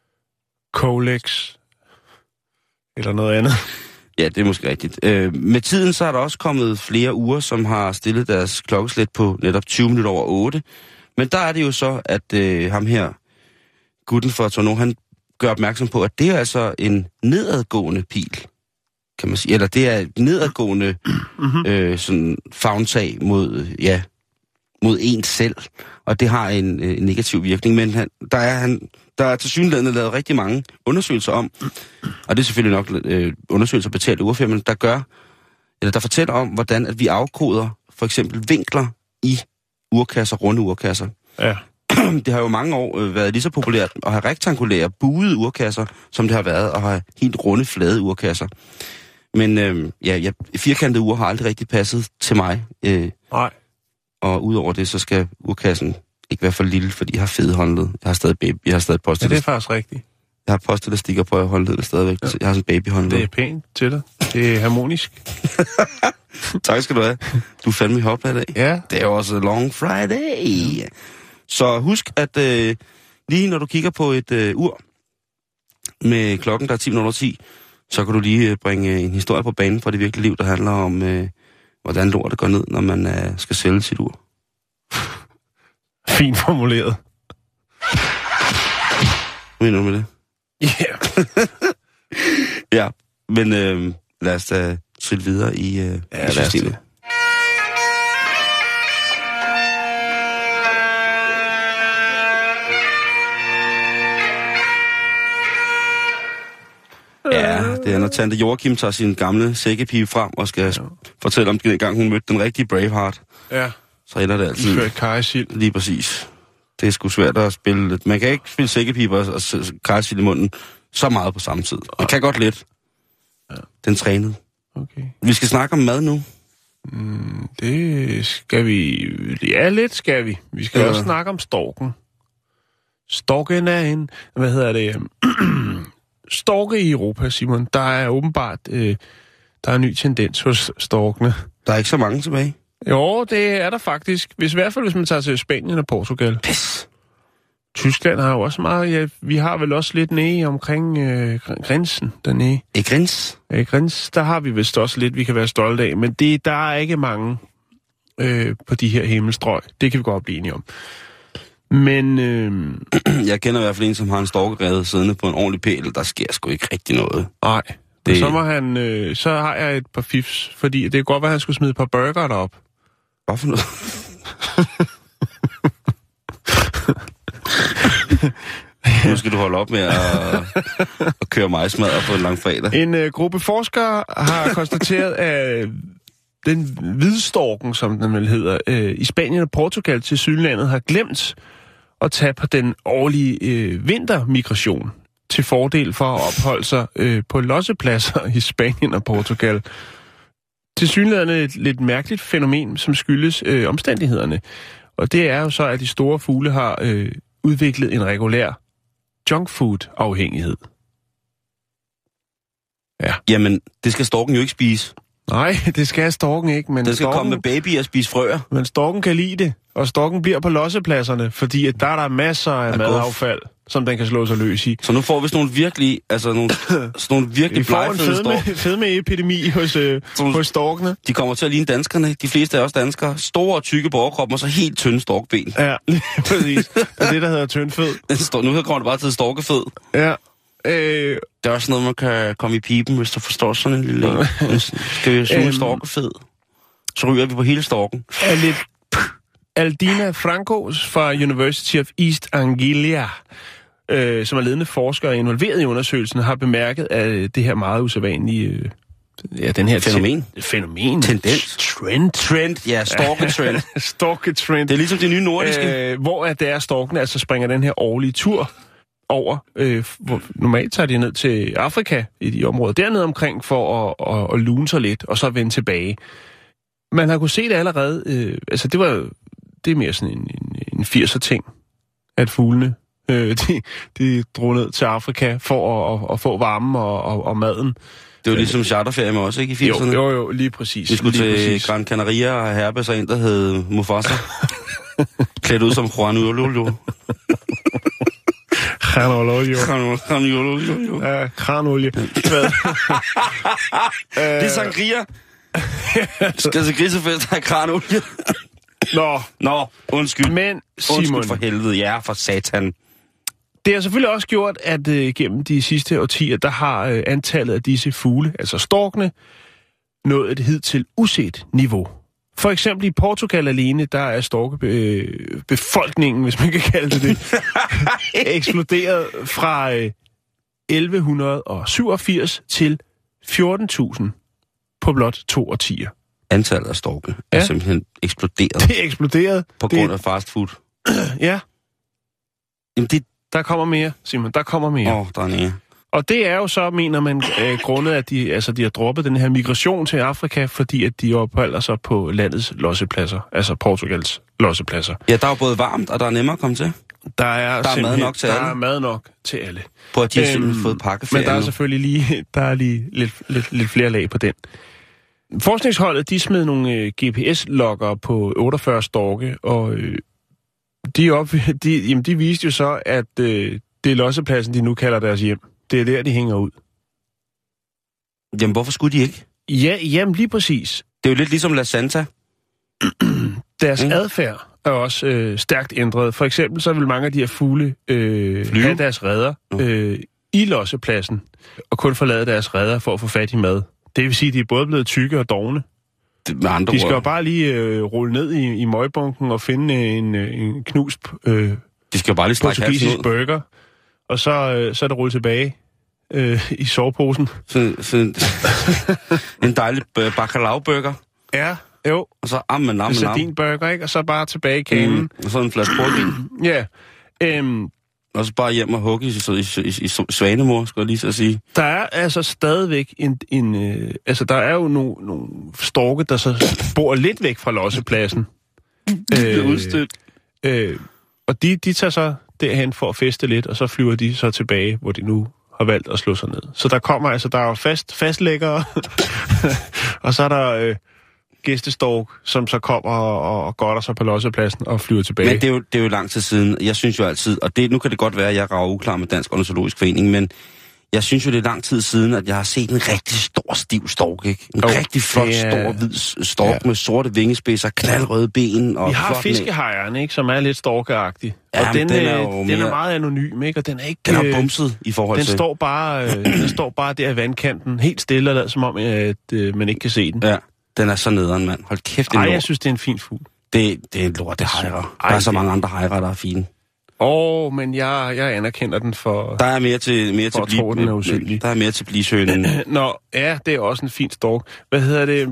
Colex eller noget andet. Ja, det er måske rigtigt. Med tiden så er der også kommet flere ure, som har stillet deres klokkeslæt på netop 20 minutter over 8. Men der er det jo så, at ham her, gutten fra Tourneau, han gør opmærksom på, at det er altså en nedadgående pil, kan man sige. Eller det er et nedadgående sådan favntag mod en selv, og det har en negativ virkning, men der er tilsyneladende lavet rigtig mange undersøgelser om, og det er selvfølgelig nok undersøgelser betalt af urfirmaen, der fortæller om, hvordan at vi afkoder for eksempel vinkler i urkasser, runde urkasser. Ja. Det har jo mange år været lige så populært at have rektangulære, buede urkasser, som det har været at have helt runde, flade urkasser. Men firkantede ure har aldrig rigtig passet til mig. Nej. Og udover det, så skal urkassen ikke være for lille, fordi jeg har fede håndled. Jeg har stadig postet. Ja, det er faktisk rigtigt. Jeg har postelastikker på håndledet stadigvæk. Ja. Jeg har sådan en babyhåndled. Det er pænt til dig. Det er harmonisk. Tak skal du have. Du er fandme i hop af dag. Ja. Det er jo også Long Friday. Så husk, at lige når du kigger på et ur med klokken, der er 10 minutter 10, så kan du lige bringe en historie på banen fra det virkelige liv, der handler om... hvordan lortet går ned, når man skal sælge sit ur. Fint formuleret. Hvad mener du med det? Ja. Yeah. Ja, men lad os da trille videre i systemet. Det er, når tante Joachim tager sin gamle sækkepipe frem og skal fortælle om den gang, hun mødte den rigtige Braveheart. Ja. Så ender det altid. Ført karrysild. Lige præcis. Det er sgu svært at spille. Man kan ikke spille sækkepiber og karrysild i munden så meget på samme tid. Man kan godt lidt. Ja. Den trænede. Okay. Vi skal snakke om mad nu. Det skal vi... Ja, lidt skal vi. Vi skal også snakke om storken. Storken er en... Hvad hedder det? Storke i Europa, Simon. Der er åbenbart... der er en ny tendens hos storkene. Der er ikke så mange tilbage. Jo, det er der faktisk. I hvert fald, hvis man tager til Spanien og Portugal. Pis. Tyskland har jo også meget... Ja, vi har vel også lidt nede omkring grænsen dernede. I græns? I græns, der har vi vist også lidt, vi kan være stolte af. Men der er ikke mange på de her himmelstrøg. Det kan vi godt blive enige om. Men... Jeg kender i hvert fald en, som har en storkerede siddende på en ordentlig pæl. Der sker sgu ikke rigtig noget. Nej. Det... Så må han... så har jeg et par fifs, fordi det kan godt være, at han skulle smide et par burger derop. Hvorfor noget? Nu skal du holde op med at køre majsmadder på en lang fredag. En gruppe forskere har konstateret, at den hvidstorken, som den vel hedder, i Spanien og Portugal til Sydlandet har glemt at tage på den årlige vintermigration til fordel for at opholde sig på lossepladser i Spanien og Portugal. Til Sydlandet et lidt mærkeligt fænomen, som skyldes omstændighederne. Og det er jo så, at de store fugle har udviklet en regulær junkfood-afhængighed. Ja. Jamen, det skal storken jo ikke spise. Nej, det skal storken ikke. Men den skal komme med baby og spise frøer. Men storken kan lide det, og storken bliver på lossepladserne, fordi at der er masser af madaffald, som den kan slå sig løs i. Så nu får vi sådan nogle virkelig, blegfede stork. Vi får en fedmeepidemi hos storkene. De kommer til at ligne danskerne. De fleste er også danskere. Store og tykke på overkroppen, og så helt tynde storkben. Ja, præcis. Det er det, der hedder tyndfed. Nu kommer det bare til storkefed. Ja. Det er også noget, man kan komme i pipen, hvis du forstår sådan en lille... Skal vi suge storkefed? Så ryger vi på hele storken. Aldina Franco fra University of East Anglia, som er ledende forsker involveret i undersøgelsen, har bemærket, at det her meget usædvanlige... den her fænomen. Tendens. Trend. Ja, storketrend. Storketrend. Det er ligesom det nye nordiske. Hvor at det er storkene, altså springer den her årlige tur over. Hvor normalt tager de ned til Afrika i de områder dernede omkring for at lune sig lidt, og så vende tilbage. Man har kunne se det allerede. Det er mere sådan en 80'er-ting, at fuglene de drog ned til Afrika for at få varme og maden. Det var ligesom charterferie med os, ikke, i 80'erne? Jo, lige præcis. Vi skulle til Gran Canaria og herbe sig ind, der hed Mufasa. Klædt ud som Juan Ulolo. Kranolio. Ja, kranolie. Det er sangria. Skal til grisefest have kranolie. Nå, undskyld. Men Simon... Undskyld for helvede, ja, for satan. Det har selvfølgelig også gjort, at gennem de sidste årtier, der har antallet af disse fugle, altså storkene, nået et hidtil uset niveau. For eksempel i Portugal alene, der er storkebefolkningen, hvis man kan kalde det, eksploderet fra 1187 til 14.000 på blot 2 årtier. Antallet af storke er simpelthen eksploderet. Det er eksploderet. På grund af fast food. Ja. Jamen der kommer mere, Simon. Der kommer mere. Der er mere. Og det er jo så, mener man, grundet, at de har droppet den her migration til Afrika, fordi at de opholder sig på landets lossepladser, altså Portugals lossepladser. Ja, der er jo både varmt, og der er nemmere at komme til. Der er mad nok til alle. Der er mad nok til alle. På at de har simpelthen fået pakkeferie. Men der er selvfølgelig lige lidt flere lag på den. Forskningsholdet, de smed nogle GPS-logger på 48 storke, og de viste jo så, at det er lossepladsen, de nu kalder deres hjem. Det er der, de hænger ud. Jamen, hvorfor skulle de ikke? Ja, jamen lige præcis. Det er jo lidt ligesom La Santa. Deres adfærd er også stærkt ændret. For eksempel så vil mange af de her fugle have deres reder i lossepladsen, og kun forlade deres reder for at få fat i mad. Det vil sige, at de er både blevet tykke og dovne. De skal jo bare lige rulle ned i møgbunken og finde en knust de skal bare lige portugisisk burger, og så er det rullet tilbage i soveposen. En dejlig bacalao-burger. Ja, jo. Og så ammen. Sardinburger, ikke? Og så bare tilbage i kanen. Og så en flaske portvin. Ja. Og så bare hjem og hugge i Svanemor, skal jeg lige så sige. Der er altså stadigvæk altså der er jo nogle storke, der så bor lidt væk fra lossepladsen. Udstødt. Og de tager så derhen for at feste lidt, og så flyver de så tilbage, hvor de nu har valgt at slå sig ned. Så der kommer altså, der er jo fastlæggere, og så er der gæstestork, som så kommer og godter sig på lossepladsen og flyver tilbage. Men det er jo lang tid siden. Jeg synes jo altid, og nu kan det godt være, at jeg rager uklar med Dansk Ornitologisk Forening, men jeg synes jo, det er lang tid siden, at jeg har set en rigtig stor, stiv stork, ikke? En rigtig flot, stor, hvid stork med sorte vingespidser, knaldrøde ben og... Vi har fiskehejeren, ikke? Som er lidt storkeagtig. Ja, og den er meget anonym, ikke? Og den er ikke... Den er bumset i forhold til... Den står bare der i vandkanten, helt stille, eller som om, at man ikke kan se den. Ja, den er så nederen, mand. Hold kæft, det er lort. Jeg synes, det er en fin fugl. Det er en lort, det hejrer. Der er så mange andre hejrer, der er fine. Men jeg anerkender den for... Der er mere til den er usynlig. Der er mere til blisøen. Nå, ja, det er også en fin stork. Hvad hedder det?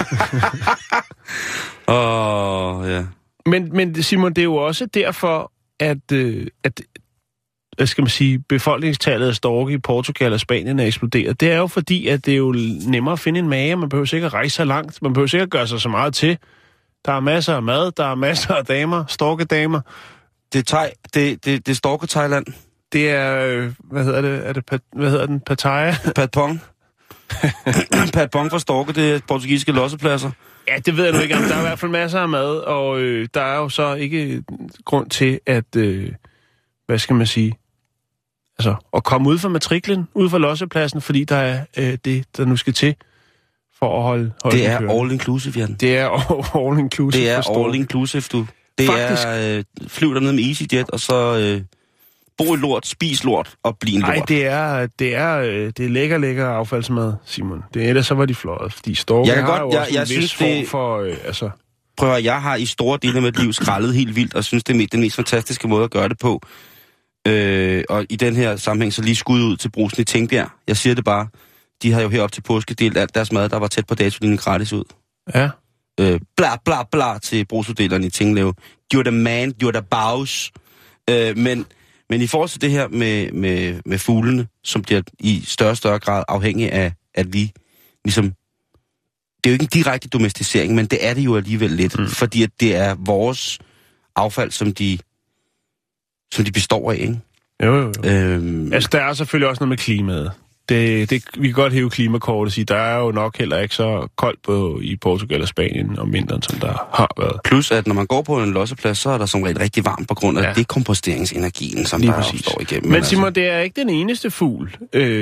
Ja. Men Simon, det er jo også derfor, at hvad skal man sige, befolkningstallet af storke i Portugal og Spanien er eksploderet. Det er jo fordi, at det er jo nemmere at finde en mage. Man behøver sikkert rejse så langt. Man behøver sikkert gøre sig så meget til. Der er masser af mad. Der er masser af damer. Storkedamer. Det er storke Thailand. Det er, hvad hedder den? Pattaya? Patpong. Patpong for storke, det er portugisiske lossepladser. Ja, det ved jeg nu ikke. Der er i hvert fald masser af mad, og der er jo så ikke grund til at, hvad skal man sige, altså at komme ud fra matriklen, ud fra lossepladsen, fordi der er det, der nu skal til for at holde det er all inclusive, Jan. Det er all inclusive. Det er all inclusive, du. Det faktisk er flyv dernede med EasyJet, og så bo i lort, spis lort og bliv en lort. Nej, det er lækker affaldsmad, Simon. Det er så var de fløjet, fordi storke har jo også en vis form for... Prøv at jeg har i store dele af mit liv skrællet helt vildt, og synes, det er den mest fantastiske måde at gøre det på. Og i den her sammenhæng, så lige skud ud til Brugsen i Tingbjerg. Jeg siger det bare, de har jo herop til påske delt alt deres mad, der var tæt på datolinjen gratis ud. Ja. Bla bla bla til brugsuddelerne i Tinglev. You're the man, you're the boss. Men i forhold til det her med fuglene, som bliver i større og større grad afhængig af, at vi ligesom... Det er jo ikke en direkte domesticering, men det er det jo alligevel lidt, fordi at det er vores affald, som de består af, ikke? Jo. Altså, der er selvfølgelig også noget med klimaet. Vi kan godt hæve klimakortet og sige, der er jo nok heller ikke så koldt i Portugal og Spanien om vinteren, som der har været. Plus, at når man går på en losseplads, så er der som regel rigtig varmt på grund af dekomposteringsenergien, som lige der opstår igennem. Men Simon, det er ikke den eneste fugl,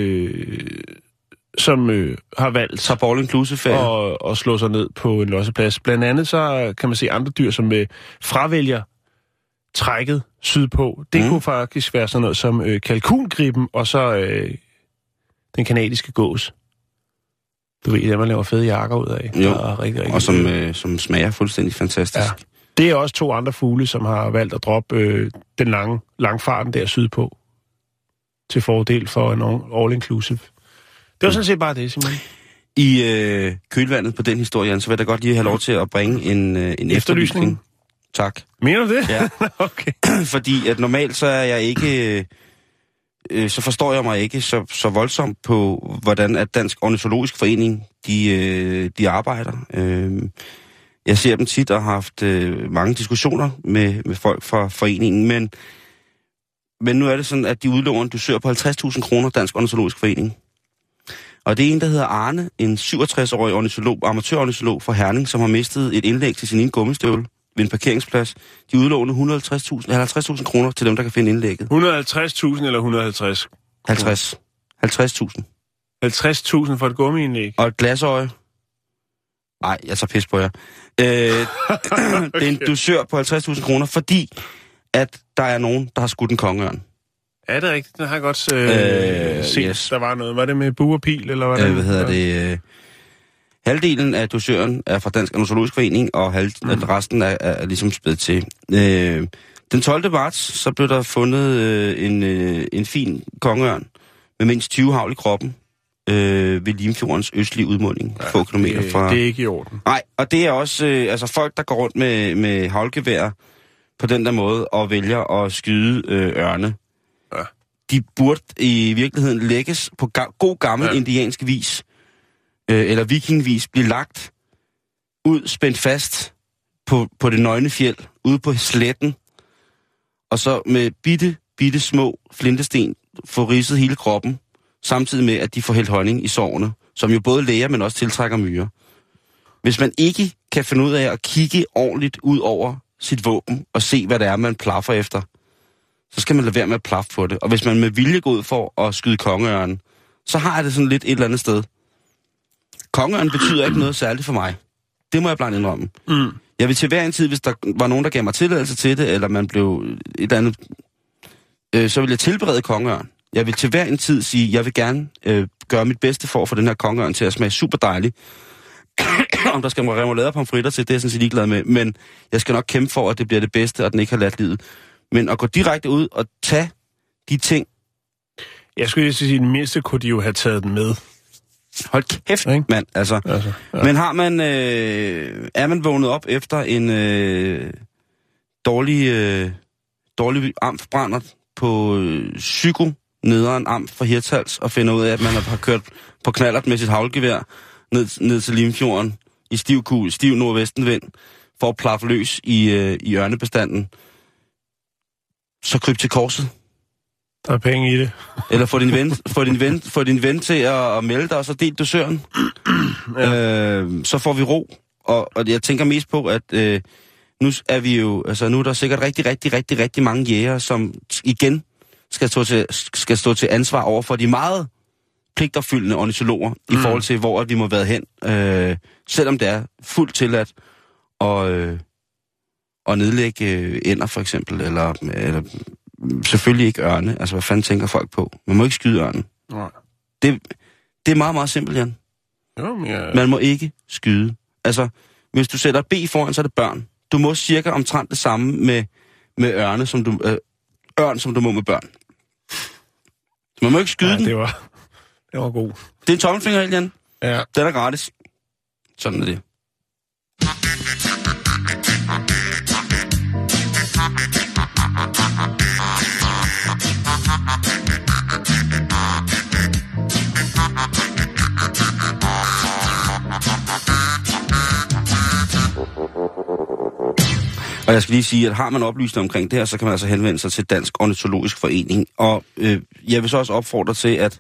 som har valgt så all inclusive at slå sig ned på en losseplads. Blandt andet så kan man se andre dyr, som fravælger trækket sydpå. Det kunne faktisk være sådan noget som kalkungriben og så den kanadiske gås. Du ved, det man laver fede jakker ud af. Jo, rigtig, og som smager fuldstændig fantastisk. Ja. Det er også 2 andre fugle, som har valgt at droppe den langfarten der sydpå til fordel for en all-inclusive. Det var sådan set bare det, Simon. I kølvandet på den historie, så vil jeg da godt lige have lov til at bringe en efterlysning. Tak. Mener du det? Ja. Okay. Fordi at normalt så er jeg ikke... så forstår jeg mig ikke så voldsomt på, hvordan at Dansk Ornitologisk Forening, de arbejder. Jeg ser dem tit og har haft mange diskussioner med folk fra foreningen, men nu er det sådan, at de udlåner en dusør på 50.000 kroner, Dansk Ornitologisk Forening. Og det er en, der hedder Arne, en 67-årig amatørornitolog fra Herning, som har mistet et indlæg til sin ene gummistøvle ved en parkeringsplads. De udlåner 50.000 kroner til dem, der kan finde indlægget. 150.000 eller 150? 50. 50.000. 50.000 for et gummiindlæg? Og et glasøje. Nej, jeg tager pis på jer. Det er en dusør på 50.000 kroner, fordi at der er nogen, der har skudt en kongeørn. Er det rigtigt? Det har jeg godt set. Yes. Der var noget. Var det med bue og pil, eller hvad det? Halvdelen af dusøren er fra Dansk Ornitologisk Forening, og resten er ligesom spædt til. Den 12. marts, så blev der fundet en fin kongeørn med mindst 20 hagl i kroppen ved Limfjordens østlige udmunding, få kilometer fra... Det er ikke i orden. Nej, og det er også folk, der går rundt med haglgevær på den der måde og vælger at skyde ørne. Ja. De burde i virkeligheden lægges på god gammel indiansk vis, eller vikingvis, blive lagt ud, spændt fast på det nøgne fjeld, ude på sletten, og så med bitte små flintesten få ridset hele kroppen, samtidig med, at de får hældt honning i sårene, som jo både læger, men også tiltrækker myrer. Hvis man ikke kan finde ud af at kigge ordentligt ud over sit våben og se, hvad det er, man plaffer efter, så skal man lade være med at plaffe på det. Og hvis man med vilje går ud for at skyde kongeørnen, så har jeg det sådan lidt et eller andet sted. Kongeørnen betyder ikke noget særligt for mig. Det må jeg blandt indrømme. Mm. Jeg vil til hver en tid, hvis der var nogen, der gav mig tilladelse til det, eller man blev et eller andet, så vil jeg tilberede kongeørn. Jeg vil til hver en tid sige, jeg vil gerne gøre mit bedste for at få den her kongeørn til at smage super dejlig. Om der skal må remoulade og pomfritter til, det er jeg sådan set ligeglad med. Men jeg skal nok kæmpe for, at det bliver det bedste, og den ikke har ladt livet. Men at gå direkte ud og tage de ting... Jeg skulle lige sige, at det mindste kunne de jo have taget den med. Hold kæft, mand. Altså, ja. Men har man... er man vågnet op efter en dårlig amfbrænder på psyko-nederen amf for Hirtshals, og finder ud af, at man har kørt på knallert med sit haglgevær ned til Limfjorden i stiv nordvestenvind, for at plaffe løs i ørnebestanden, så kryb til korset. Der er penge i det. Eller få din ven til at melde dig, og så del dosøren. Ja. Så får vi ro. Og jeg tænker mest på, at nu er vi jo, altså nu er der sikkert rigtig mange jæger, som igen skal stå til ansvar over for de meget pligtopfyldende ornitologer, i forhold til, hvor vi må være hen. Selvom det er fuldt tilladt at nedlægge ænder, for eksempel, eller selvfølgelig ikke ørne. Altså, hvad fanden tænker folk på? Man må ikke skyde ørnen. Nej. Det er meget, meget simpelt, Jan. Jo, ja. Man må ikke skyde. Altså, hvis du sætter B foran, så er det børn. Du må cirka omtrent det samme med ørne, som du må med børn. Så man må ikke skyde den. Det var god. Det er en tommelfinger, Jan. Ja. Den er gratis. Sådan er det. Og jeg skal lige sige, at har man oplysninger omkring det her, så kan man altså henvende sig til Dansk Ornitologisk Forening. Og jeg vil så også opfordre til, at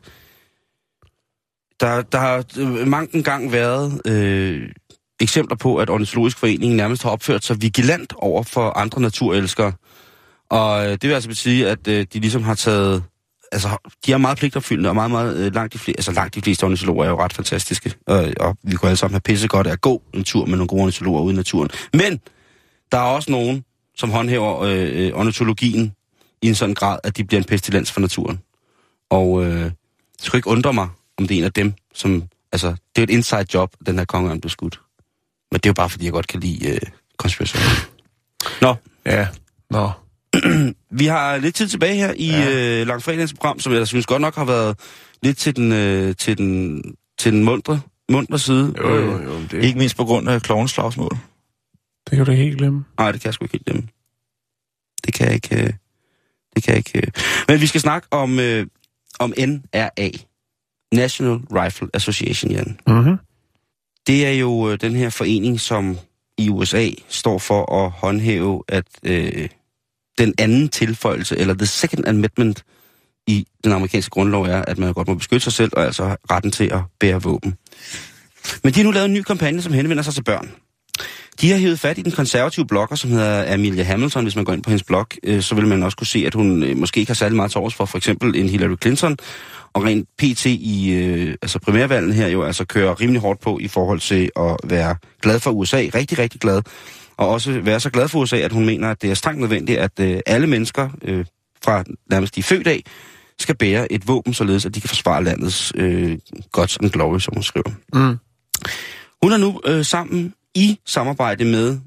der har mange gang været eksempler på, at Ornitologisk Forening nærmest har opført sig vigilant over for andre naturelskere. Og det vil altså betyde, at de ligesom har taget... Altså, de er meget pligtopfyldende, og meget langt de fleste ornitologer er jo ret fantastiske. Og vi kunne alle sammen have pissegodt af at gå en tur med nogle gode ornitologer ude i naturen. Men der er også nogen, som håndhæver ornitologien i en sådan grad, at de bliver en pestilens for naturen. Og det skulle ikke undre mig, om det er en af dem, som... Altså, det er et inside job, den her kongeørn blev skudt. Men det er jo bare, fordi jeg godt kan lide konspiration. Nå. Ja, nå. Vi har lidt tid tilbage her i Langfredagens program, som jeg synes godt nok har været lidt til den mundre side. Jo, det ikke mindst på grund af klovens slagsmål. Det kan du ikke helt glemme. Nej, det kan jeg sgu ikke helt glemme. Det kan jeg ikke. Men vi skal snakke om NRA. National Rifle Association, Jan. Mm-hmm. Det er jo den her forening, som i USA står for at håndhæve, at den anden tilføjelse, eller the second amendment i den amerikanske grundlov er, at man godt må beskytte sig selv, og altså retten til at bære våben. Men de har nu lavet en ny kampagne, som henvender sig til børn. De har hævet fat i den konservative blogger, som hedder Amelia Hamilton. Hvis man går ind på hendes blog, så vil man også kunne se, at hun måske ikke har særlig meget til overs for eksempel en Hillary Clinton, og rent PT i primærvalgen her jo altså kører rimelig hårdt på i forhold til at være glad for USA, rigtig, rigtig glad, og også være så glad for USA, at hun mener, at det er strengt nødvendigt, at alle mennesker fra nærmest de født af, skal bære et våben, således at de kan forsvare landets guts and glory, som hun skriver. Mm. Hun er nu sammen i samarbejde med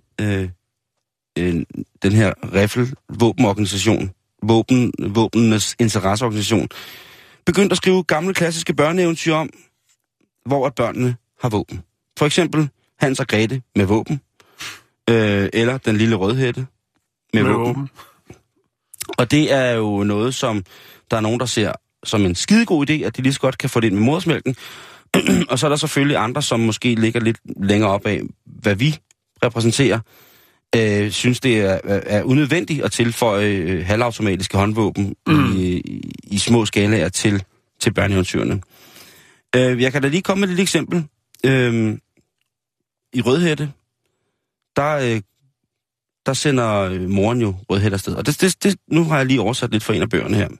den her rifle-våbenorganisation, våbenenes interesseorganisation, begyndt at skrive gamle klassiske børneeventyr om, hvor at børnene har våben. For eksempel Hans og Grete med våben, eller Den lille rødhætte med våben. Og det er jo noget, som der er nogen, der ser som en skidegod idé, at de lige så godt kan få det ind med modersmælken. Og så er der selvfølgelig andre, som måske ligger lidt længere op af, hvad vi repræsenterer, synes det er unødvendigt at tilføje halvautomatiske håndvåben i små skalaer til børneeventyrene. Jeg kan da lige komme med et lille eksempel. I Rødhætte, der sender moren jo Rødhætte afsted. Og nu har jeg lige oversat lidt for en af bøgerne her.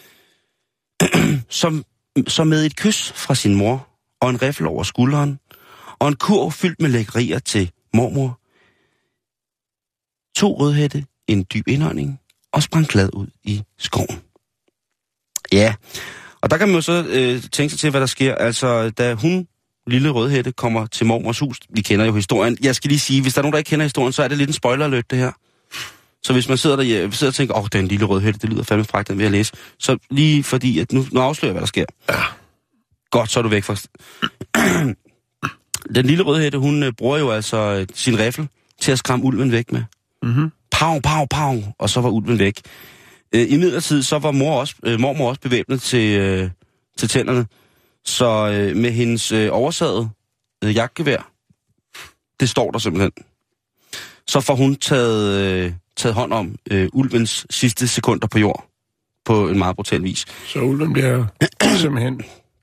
Som med et kys fra sin mor, og en riffel over skulderen, og en kurv fyldt med lækkerier til mormor, tog Rødhætte en dyb indånding og sprang glad ud i skoven. Ja, og der kan man jo så tænke sig til, hvad der sker. Altså, da lille Rødhætte, kommer til mormors hus, vi kender jo historien. Jeg skal lige sige, hvis der er nogen, der ikke kender historien, så er det lidt en spoiler alert, det her. Så hvis man sidder og tænker, den lille Rødhætte, det lyder fandme frækt, den vil jeg læse. Så lige fordi, at nu afslører jeg, hvad der sker. Ja. Godt, så er du væk fra... Den lille Rødhætte, hun bruger jo altså sin riffel til at skræmme ulven væk med. Mm-hmm. Pow, pow, pow, og så var ulven væk. Imidlertid så var mormor også bevæbnet til tænderne. Så med hendes oversaget jagtgevær, det står der simpelthen, så får hun taget hånd om ulvens sidste sekunder på jord, på en meget brutal vis. Så ulven bliver simpelthen...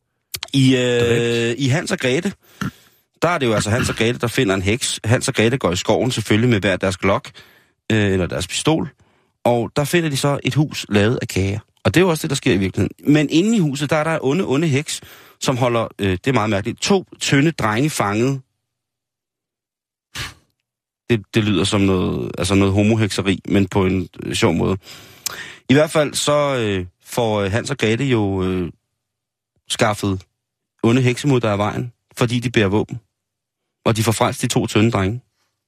I Hans og Grete, der er det jo altså Hans og Grete, der finder en heks. Hans og Grete går i skoven selvfølgelig med hver deres glok, eller deres pistol, og der finder de så et hus lavet af kager. Og det er jo også det, der sker i virkeligheden. Men inde i huset, der er der onde heks, som holder, det er meget mærkeligt, 2 tynde drenge fanget. Det lyder som noget homohekseri, men på en sjov måde. I hvert fald så får Hans og Grete jo skaffet onde heksemod, der er vejen, fordi de bærer våben. Og de får frelst de 2 tynde drenge.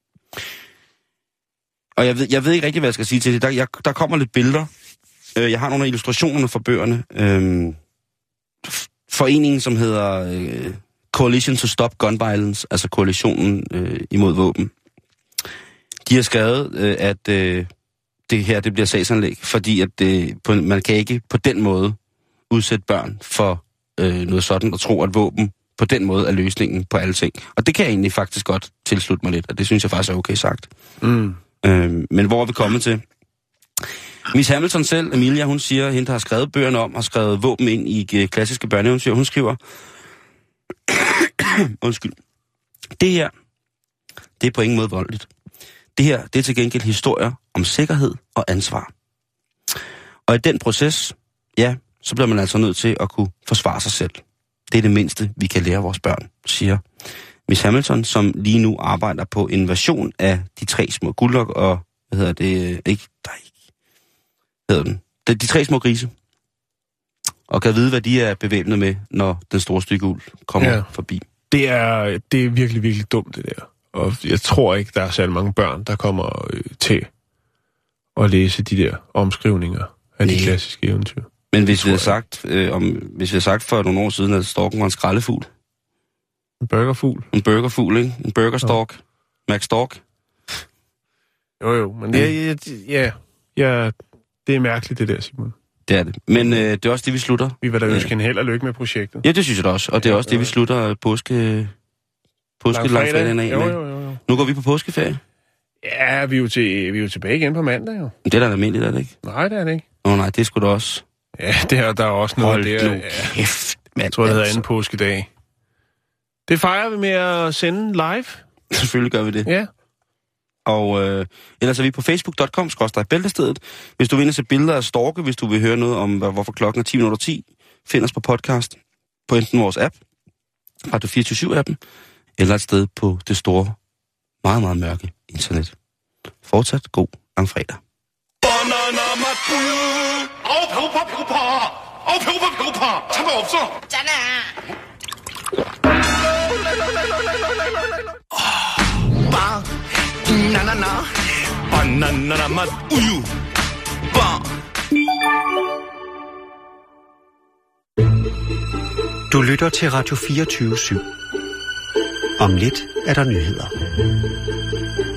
Og jeg ved ikke rigtig, hvad jeg skal sige til det. Der kommer lidt billeder. Jeg har nogle af illustrationerne fra bøgerne. Foreningen, som hedder Coalition to Stop Gun Violence, altså koalitionen imod våben. De har skrevet, at det her det bliver sagsanlæg, fordi at man kan ikke på den måde udsætte børn for noget sådan, og tro, at våben på den måde er løsningen på alle ting. Og det kan jeg egentlig faktisk godt tilslutte mig lidt, og det synes jeg faktisk er okay sagt. Mm. Men hvor er vi kommet til? Miss Hamilton selv, Emilia, hun siger, hende der har skrevet bøgerne om, har skrevet våben ind i klassiske børneeventyr. Hun skriver, undskyld, det her, det er på ingen måde voldeligt. Det her, det er til gengæld historier om sikkerhed og ansvar. Og i den proces, ja, så bliver man altså nødt til at kunne forsvare sig selv. Det er det mindste, vi kan lære vores børn, siger Miss Hamilton, som lige nu arbejder på en version af De 3 små guldlok og, De 3 små grise. Og kan vide, hvad de er bevæbnet med, når den store stykke uld kommer forbi. Det er virkelig, virkelig dumt, det der. Og jeg tror ikke, der er særlig mange børn, der kommer til at læse de der omskrivninger af de klassiske eventyr. Men hvis vi havde sagt for nogle år siden, at storken var en skraldefugl. En burgerfugl. En burgerfugl, ikke? En burgerstork. Ja. Max Stork. Jo, men det er mærkeligt, det der, Simon. Det er det. Men det er også det, vi slutter. Vi vil da ønske en held og lykke med projektet. Ja, det synes jeg da også. Og det er også det, vi slutter påskelangfredagen af. Jo. Nu går vi på påskeferie. Ja, vi er jo tilbage igen på mandag, jo. Det er da almindeligt, er det ikke? Nej, det er det ikke. Nej, det er sgu da også. Ja, der er også noget der. Kæft, mand. Jeg tror, det hedder anden påskedag. Det fejrer vi med at sende live. Selvfølgelig gør vi det. Ja. Og ellers er vi på facebook.com/bæltestedet. Hvis du vil ind og se billeder af Storke, hvis du vil høre noget om, hvorfor klokken er 10:10, find os på podcast. På enten vores app, Radio 24/7-appen, eller et sted på det store, meget, meget mørke internet. Fortsat god langfredag. 바나나 맛 우유 빵 Du lytter til Radio 24/7. Om lidt er der nyheder.